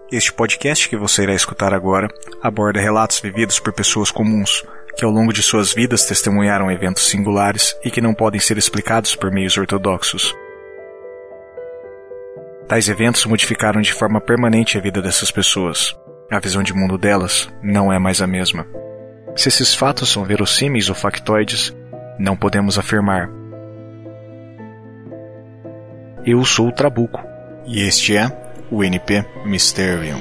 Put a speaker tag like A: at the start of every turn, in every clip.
A: Este podcast que você irá escutar agora aborda relatos vividos por pessoas comuns, que ao longo de suas vidas testemunharam eventos singulares e que não podem ser explicados por meios ortodoxos. Tais eventos modificaram de forma permanente a vida dessas pessoas. A visão de mundo delas não é mais a mesma. Se esses fatos são verossímeis ou factoides, não podemos afirmar. Eu sou o Trabuco, e este é o NP Mysterium.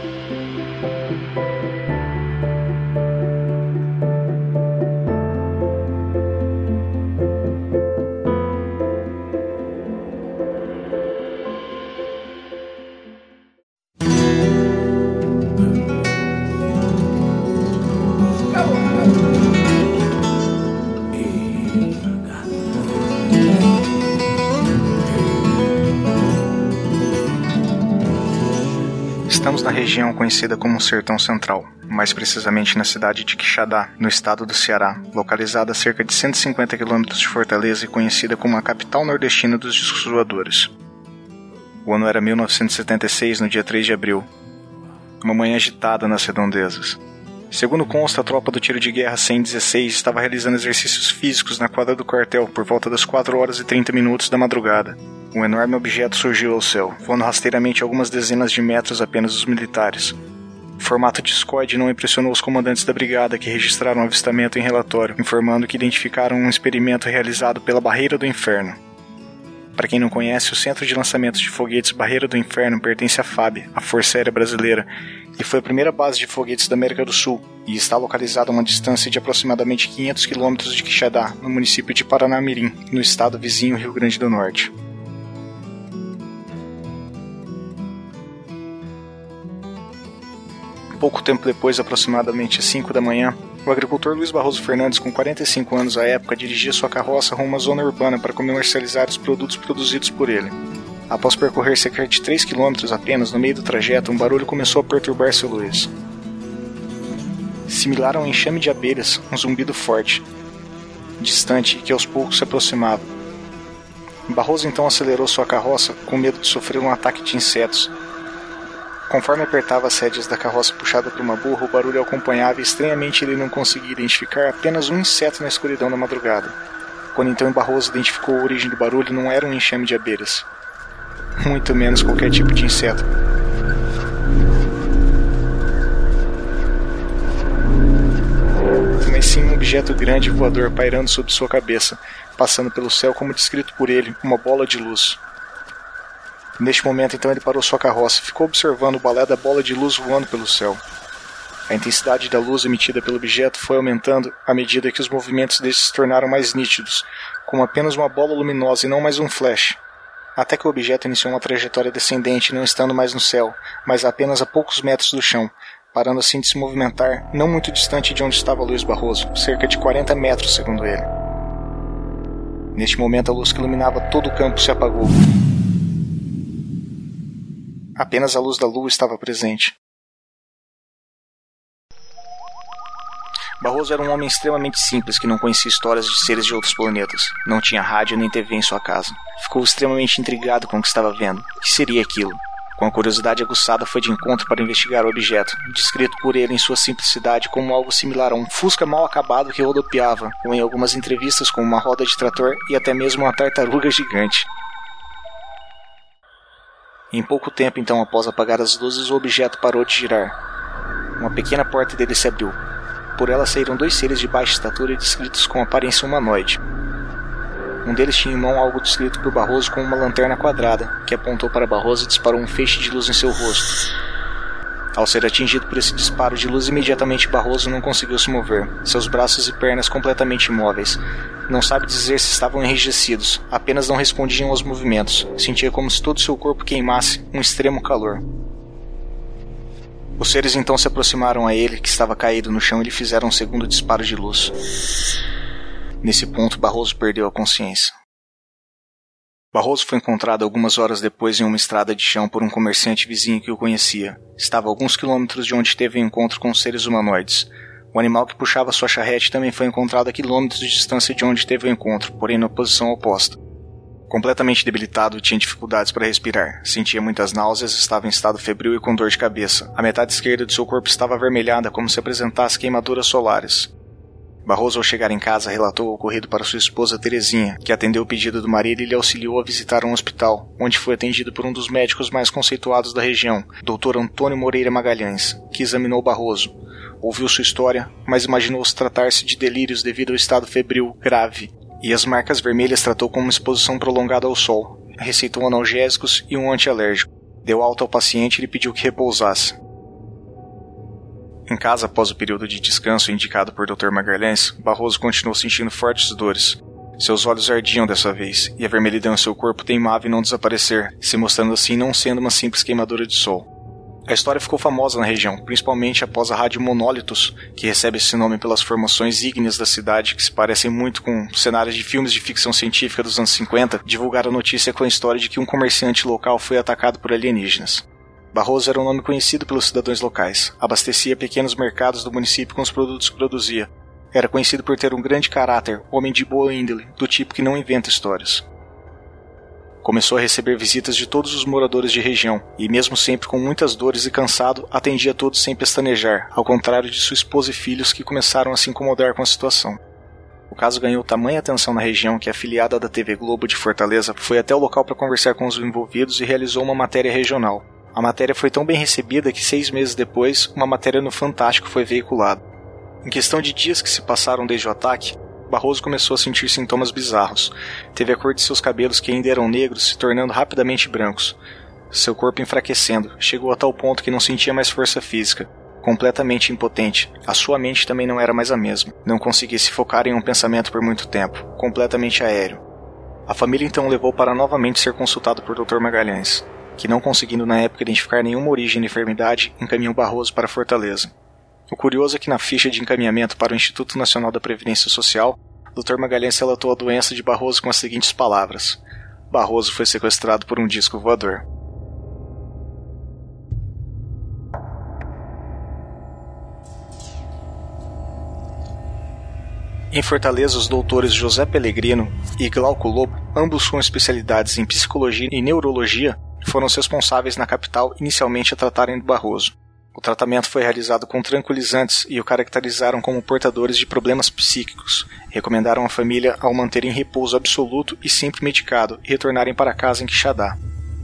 A: Estamos na região conhecida como Sertão Central, mais precisamente na cidade de Quixadá, no estado do Ceará, localizada a cerca de 150 km de Fortaleza e conhecida como a capital nordestina dos discos voadores. O ano era 1976, no dia 3 de abril. Uma manhã agitada nas redondezas. Segundo consta, a tropa do Tiro de Guerra 116 estava realizando exercícios físicos na quadra do quartel por volta das 4 horas e 30 minutos da madrugada. Um enorme objeto surgiu ao céu, voando rasteiramente algumas dezenas de metros apenas dos militares. O formato discoide não impressionou os comandantes da brigada, que registraram o avistamento em relatório, informando que identificaram um experimento realizado pela Barreira do Inferno. Para quem não conhece, o Centro de Lançamento de Foguetes Barreira do Inferno pertence à FAB, a Força Aérea Brasileira, e foi a primeira base de foguetes da América do Sul, e está localizada a uma distância de aproximadamente 500 km de Quixadá, no município de Paranamirim, no estado vizinho Rio Grande do Norte. Pouco tempo depois, aproximadamente às 5 da manhã, o agricultor Luiz Barroso Fernandes, com 45 anos à época, dirigia sua carroça rumo à zona urbana para comercializar os produtos produzidos por ele. Após percorrer cerca de 3 km apenas, no meio do trajeto, um barulho começou a perturbar seu Luiz. Similar a um enxame de abelhas, um zumbido forte, distante e que aos poucos se aproximava. Barroso então acelerou sua carroça, com medo de sofrer um ataque de insetos. Conforme apertava as rédeas da carroça puxada por uma burra, o barulho o acompanhava e estranhamente ele não conseguia identificar apenas um inseto na escuridão da madrugada. Quando então Barroso identificou a origem do barulho, não era um enxame de abelhas. Muito menos qualquer tipo de inseto. Mas sim um objeto grande e voador pairando sobre sua cabeça, passando pelo céu como descrito por ele, uma bola de luz. Neste momento, então, ele parou sua carroça e ficou observando o balé da bola de luz voando pelo céu. A intensidade da luz emitida pelo objeto foi aumentando à medida que os movimentos dele se tornaram mais nítidos, como apenas uma bola luminosa e não mais um flash, até que o objeto iniciou uma trajetória descendente, não estando mais no céu, mas apenas a poucos metros do chão, parando assim de se movimentar, não muito distante de onde estava Luiz Barroso, cerca de 40 metros, segundo ele. Neste momento, a luz que iluminava todo o campo se apagou. Apenas a luz da lua estava presente. Barroso era um homem extremamente simples que não conhecia histórias de seres de outros planetas. Não tinha rádio nem TV em sua casa. Ficou extremamente intrigado com o que estava vendo. O que seria aquilo? Com a curiosidade aguçada, foi de encontro para investigar o objeto, descrito por ele em sua simplicidade como algo similar a um fusca mal acabado que rodopiava, ou em algumas entrevistas como uma roda de trator e até mesmo uma tartaruga gigante. Em pouco tempo, então, após apagar as luzes, o objeto parou de girar. Uma pequena porta dele se abriu. Por ela saíram 2 seres de baixa estatura e descritos com aparência humanoide. Um deles tinha em mão algo descrito por Barroso com uma lanterna quadrada, que apontou para Barroso e disparou um feixe de luz em seu rosto. Ao ser atingido por esse disparo de luz, imediatamente Barroso não conseguiu se mover, seus braços e pernas completamente imóveis. Não sabe dizer se estavam enrijecidos, apenas não respondiam aos movimentos. Sentia como se todo seu corpo queimasse um extremo calor. Os seres então se aproximaram a ele, que estava caído no chão, e lhe fizeram um segundo disparo de luz. Nesse ponto, Barroso perdeu a consciência. Barroso foi encontrado algumas horas depois em uma estrada de chão por um comerciante vizinho que o conhecia. Estava a alguns quilômetros de onde teve o encontro com os seres humanoides. O animal que puxava sua charrete também foi encontrado a quilômetros de distância de onde teve o encontro, porém na posição oposta. Completamente debilitado, tinha dificuldades para respirar, sentia muitas náuseas, estava em estado febril e com dor de cabeça. A metade esquerda de seu corpo estava avermelhada, como se apresentasse queimaduras solares. Barroso, ao chegar em casa, relatou o ocorrido para sua esposa Terezinha, que atendeu o pedido do marido e lhe auxiliou a visitar um hospital, onde foi atendido por um dos médicos mais conceituados da região, Dr. Antônio Moreira Magalhães, que examinou Barroso. Ouviu sua história, mas imaginou-se tratar-se de delírios devido ao estado febril grave, e as marcas vermelhas tratou como uma exposição prolongada ao sol. Receitou analgésicos e um antialérgico. Deu alta ao paciente e lhe pediu que repousasse. Em casa, após o período de descanso indicado por Dr. Magalhães, Barroso continuou sentindo fortes dores. Seus olhos ardiam dessa vez, e a vermelhidão em seu corpo teimava em não desaparecer, se mostrando assim não sendo uma simples queimadura de sol. A história ficou famosa na região, principalmente após a Rádio Monólitos, que recebe esse nome pelas formações ígneas da cidade, que se parecem muito com cenários de filmes de ficção científica dos anos 50, divulgaram a notícia com a história de que um comerciante local foi atacado por alienígenas. Barroso era um nome conhecido pelos cidadãos locais, abastecia pequenos mercados do município com os produtos que produzia. Era conhecido por ter um grande caráter, homem de boa índole, do tipo que não inventa histórias. Começou a receber visitas de todos os moradores de região, e mesmo sempre com muitas dores e cansado, atendia todos sem pestanejar, ao contrário de sua esposa e filhos que começaram a se incomodar com a situação. O caso ganhou tamanha atenção na região que a afiliada da TV Globo de Fortaleza foi até o local para conversar com os envolvidos e realizou uma matéria regional. A matéria foi tão bem recebida que 6 meses depois, uma matéria no Fantástico foi veiculada. Em questão de dias que se passaram desde o ataque, Barroso começou a sentir sintomas bizarros. Teve a cor de seus cabelos, que ainda eram negros, se tornando rapidamente brancos. Seu corpo enfraquecendo, chegou a tal ponto que não sentia mais força física. Completamente impotente, a sua mente também não era mais a mesma. Não conseguia se focar em um pensamento por muito tempo, completamente aéreo. A família então o levou para novamente ser consultado por Dr. Magalhães, que, não conseguindo na época identificar nenhuma origem da enfermidade, encaminhou Barroso para Fortaleza. O curioso é que na ficha de encaminhamento para o Instituto Nacional da Previdência Social, Dr. Magalhães relatou a doença de Barroso com as seguintes palavras: Barroso foi sequestrado por um disco voador. Em Fortaleza, os doutores José Pellegrino e Glauco Lobo, ambos com especialidades em psicologia e neurologia, foram os responsáveis na capital inicialmente a tratarem do Barroso. O tratamento foi realizado com tranquilizantes e o caracterizaram como portadores de problemas psíquicos. Recomendaram à família ao manter em repouso absoluto e sempre medicado e retornarem para casa em Quixadá.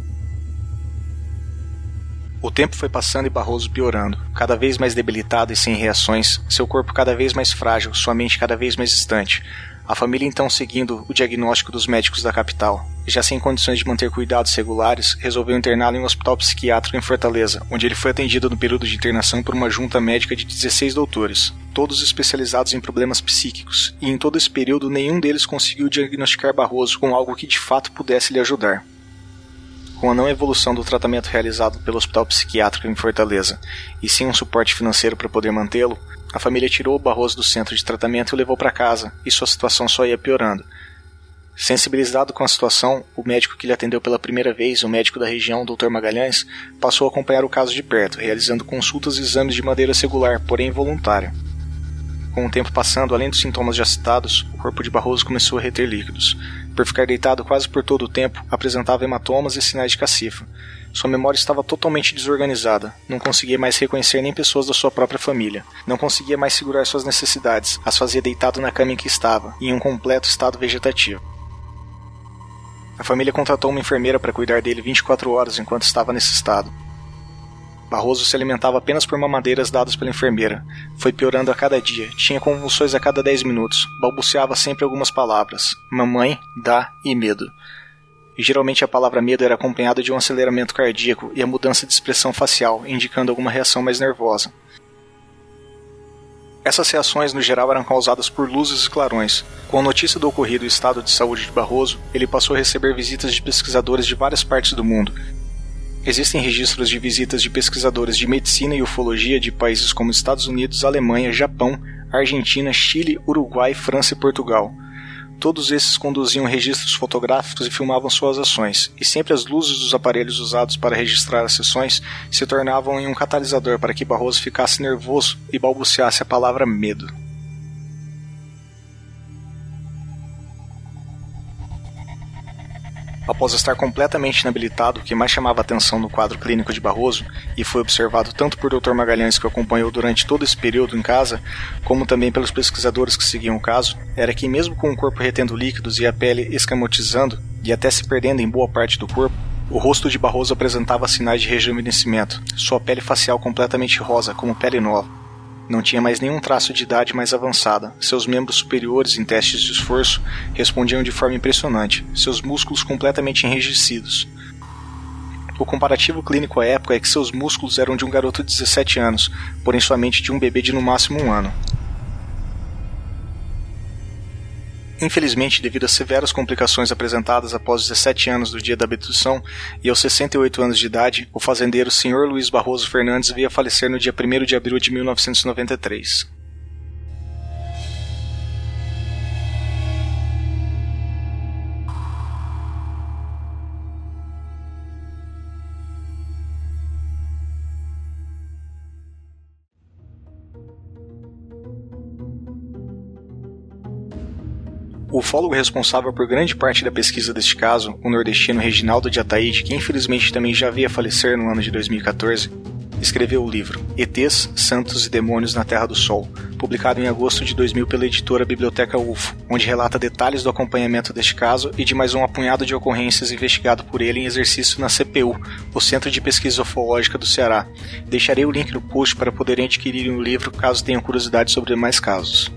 A: O tempo foi passando e Barroso piorando, cada vez mais debilitado e sem reações, seu corpo cada vez mais frágil, sua mente cada vez mais distante. A família então, seguindo o diagnóstico dos médicos da capital, e já sem condições de manter cuidados regulares, resolveu interná-lo em um hospital psiquiátrico em Fortaleza, onde ele foi atendido no período de internação por uma junta médica de 16 doutores, todos especializados em problemas psíquicos, e em todo esse período nenhum deles conseguiu diagnosticar Barroso com algo que de fato pudesse lhe ajudar. Com a não evolução do tratamento realizado pelo hospital psiquiátrico em Fortaleza, e sem um suporte financeiro para poder mantê-lo, a família tirou o Barroso do centro de tratamento e o levou para casa, e sua situação só ia piorando. Sensibilizado com a situação, o médico que lhe atendeu pela primeira vez, o médico da região, Dr. Magalhães, passou a acompanhar o caso de perto, realizando consultas e exames de maneira regular, porém involuntária. Com o tempo passando, além dos sintomas já citados, o corpo de Barroso começou a reter líquidos. Por ficar deitado quase por todo o tempo, apresentava hematomas e sinais de cacifa. Sua memória estava totalmente desorganizada, não conseguia mais reconhecer nem pessoas da sua própria família, não conseguia mais segurar suas necessidades, as fazia deitado na cama em que estava, em um completo estado vegetativo. A família contratou uma enfermeira para cuidar dele 24 horas enquanto estava nesse estado. Barroso se alimentava apenas por mamadeiras dadas pela enfermeira. Foi piorando a cada dia, tinha convulsões a cada 10 minutos, balbuciava sempre algumas palavras: mamãe, dá e medo. E geralmente a palavra medo era acompanhada de um aceleramento cardíaco e a mudança de expressão facial, indicando alguma reação mais nervosa. Essas reações, no geral, eram causadas por luzes e clarões. Com a notícia do ocorrido e estado de saúde de Barroso, ele passou a receber visitas de pesquisadores de várias partes do mundo. Existem registros de visitas de pesquisadores de medicina e ufologia de países como Estados Unidos, Alemanha, Japão, Argentina, Chile, Uruguai, França e Portugal. Todos esses conduziam registros fotográficos e filmavam suas ações, e sempre as luzes dos aparelhos usados para registrar as sessões se tornavam em um catalisador para que Barroso ficasse nervoso e balbuciasse a palavra medo. Após estar completamente inabilitado, o que mais chamava a atenção no quadro clínico de Barroso, e foi observado tanto por Dr. Magalhães, que o acompanhou durante todo esse período em casa, como também pelos pesquisadores que seguiam o caso, era que mesmo com o corpo retendo líquidos e a pele escamotizando, e até se perdendo em boa parte do corpo, o rosto de Barroso apresentava sinais de rejuvenescimento, sua pele facial completamente rosa, como pele nova. Não tinha mais nenhum traço de idade mais avançada. Seus membros superiores, em testes de esforço, respondiam de forma impressionante, seus músculos completamente enrijecidos. O comparativo clínico à época é que seus músculos eram de um garoto de 17 anos, porém sua mente de um bebê de no máximo 1 ano. Infelizmente, devido às severas complicações apresentadas após 17 anos do dia da abdução e aos 68 anos de idade, o fazendeiro Sr. Luiz Barroso Fernandes veio a falecer no dia 1º de abril de 1993. O ufólogo responsável por grande parte da pesquisa deste caso, o nordestino Reginaldo de Ataíde, que infelizmente também já veio a falecer no ano de 2014, escreveu o livro ETs, Santos e Demônios na Terra do Sol, publicado em agosto de 2000 pela editora Biblioteca UFO, onde relata detalhes do acompanhamento deste caso e de mais um apunhado de ocorrências investigado por ele em exercício na CPU, o Centro de Pesquisa Ufológica do Ceará. Deixarei o link no post para poderem adquirir o livro caso tenham curiosidade sobre demais casos.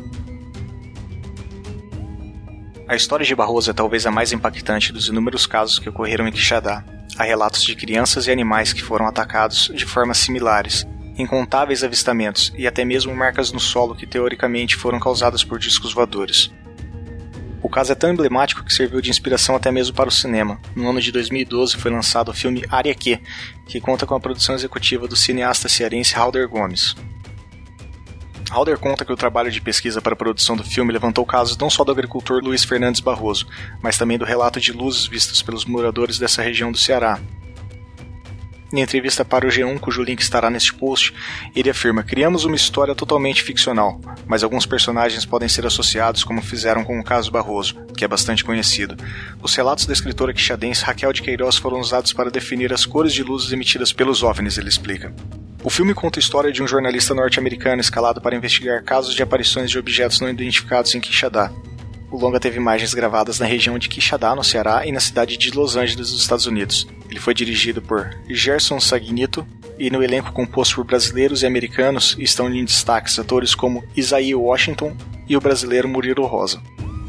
A: A história de Barroso é talvez a mais impactante dos inúmeros casos que ocorreram em Quixadá. Há relatos de crianças e animais que foram atacados de formas similares, incontáveis avistamentos e até mesmo marcas no solo que teoricamente foram causadas por discos voadores. O caso é tão emblemático que serviu de inspiração até mesmo para o cinema. No ano de 2012 foi lançado o filme Área Q, que conta com a produção executiva do cineasta cearense Halder Gomes. Halder conta que o trabalho de pesquisa para a produção do filme levantou casos não só do agricultor Luiz Fernandes Barroso, mas também do relato de luzes vistas pelos moradores dessa região do Ceará. Em entrevista para o G1, cujo link estará neste post, ele afirma: criamos uma história totalmente ficcional, mas alguns personagens podem ser associados como fizeram com o caso Barroso, que é bastante conhecido. Os relatos da escritora quixadense Raquel de Queiroz foram usados para definir as cores de luzes emitidas pelos OVNIs, ele explica. O filme conta a história de um jornalista norte-americano escalado para investigar casos de aparições de objetos não identificados em Quixadá. O longa teve imagens gravadas na região de Quixadá, no Ceará, e na cidade de Los Angeles, nos Estados Unidos. Ele foi dirigido por Gerson Sagnito, e no elenco composto por brasileiros e americanos estão em destaques atores como Isaí Washington e o brasileiro Murilo Rosa.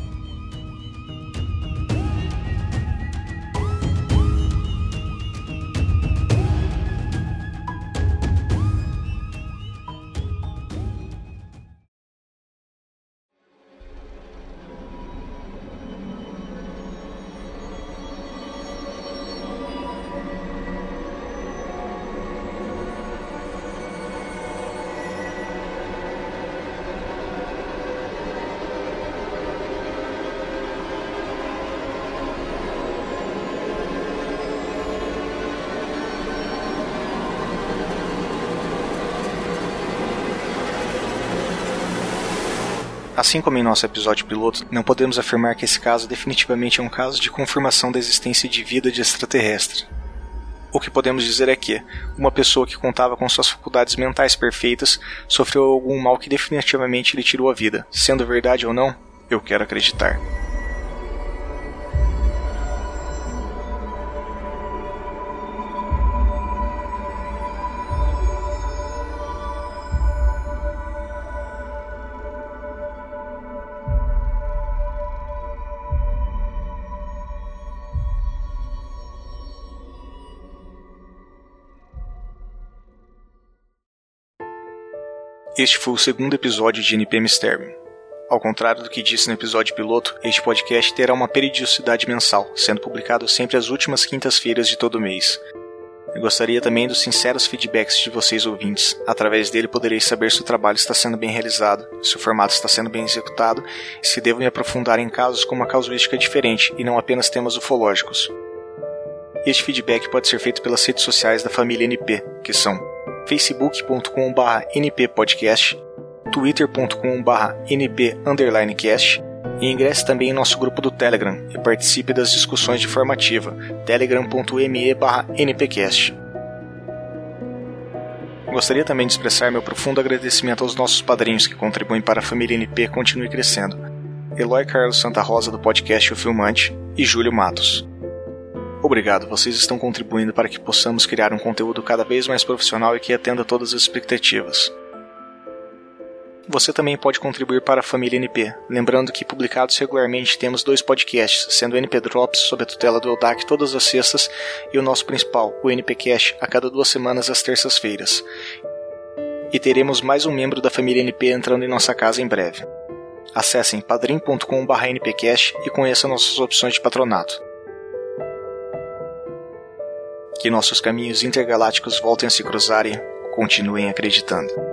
A: Assim como em nosso episódio piloto, não podemos afirmar que esse caso definitivamente é um caso de confirmação da existência de vida de extraterrestre. O que podemos dizer é que uma pessoa que contava com suas faculdades mentais perfeitas sofreu algum mal que definitivamente lhe tirou a vida. Sendo verdade ou não, eu quero acreditar. Este foi o segundo episódio de NP Mistério. Ao contrário do que disse no episódio piloto, este podcast terá uma periodicidade mensal, sendo publicado sempre às últimas quintas-feiras de todo mês. Eu gostaria também dos sinceros feedbacks de vocês ouvintes. Através dele poderei saber se o trabalho está sendo bem realizado, se o formato está sendo bem executado e se devo me aprofundar em casos com uma casuística diferente e não apenas temas ufológicos. Este feedback pode ser feito pelas redes sociais da família NP, que são facebook.com/nppodcast, twitter.com/np_cast E ingresse também em nosso grupo do Telegram e participe das discussões de forma ativa, telegram.me/npcast. Gostaria também de expressar meu profundo agradecimento aos nossos padrinhos que contribuem para a família NP continue crescendo. Eloy Carlos Santa Rosa do podcast O Filmante e Júlio Matos. Obrigado, vocês estão contribuindo para que possamos criar um conteúdo cada vez mais profissional e que atenda todas as expectativas. Você também pode contribuir para a família NP, lembrando que publicados regularmente temos 2 podcasts, sendo o NP Drops sob a tutela do Eldac todas as sextas e o nosso principal, o NPcast, a cada 2 semanas às terças-feiras. E teremos mais um membro da família NP entrando em nossa casa em breve. Acessem padrim.com/npcast e conheçam nossas opções de patronato. Que nossos caminhos intergalácticos voltem a se cruzar e continuem acreditando.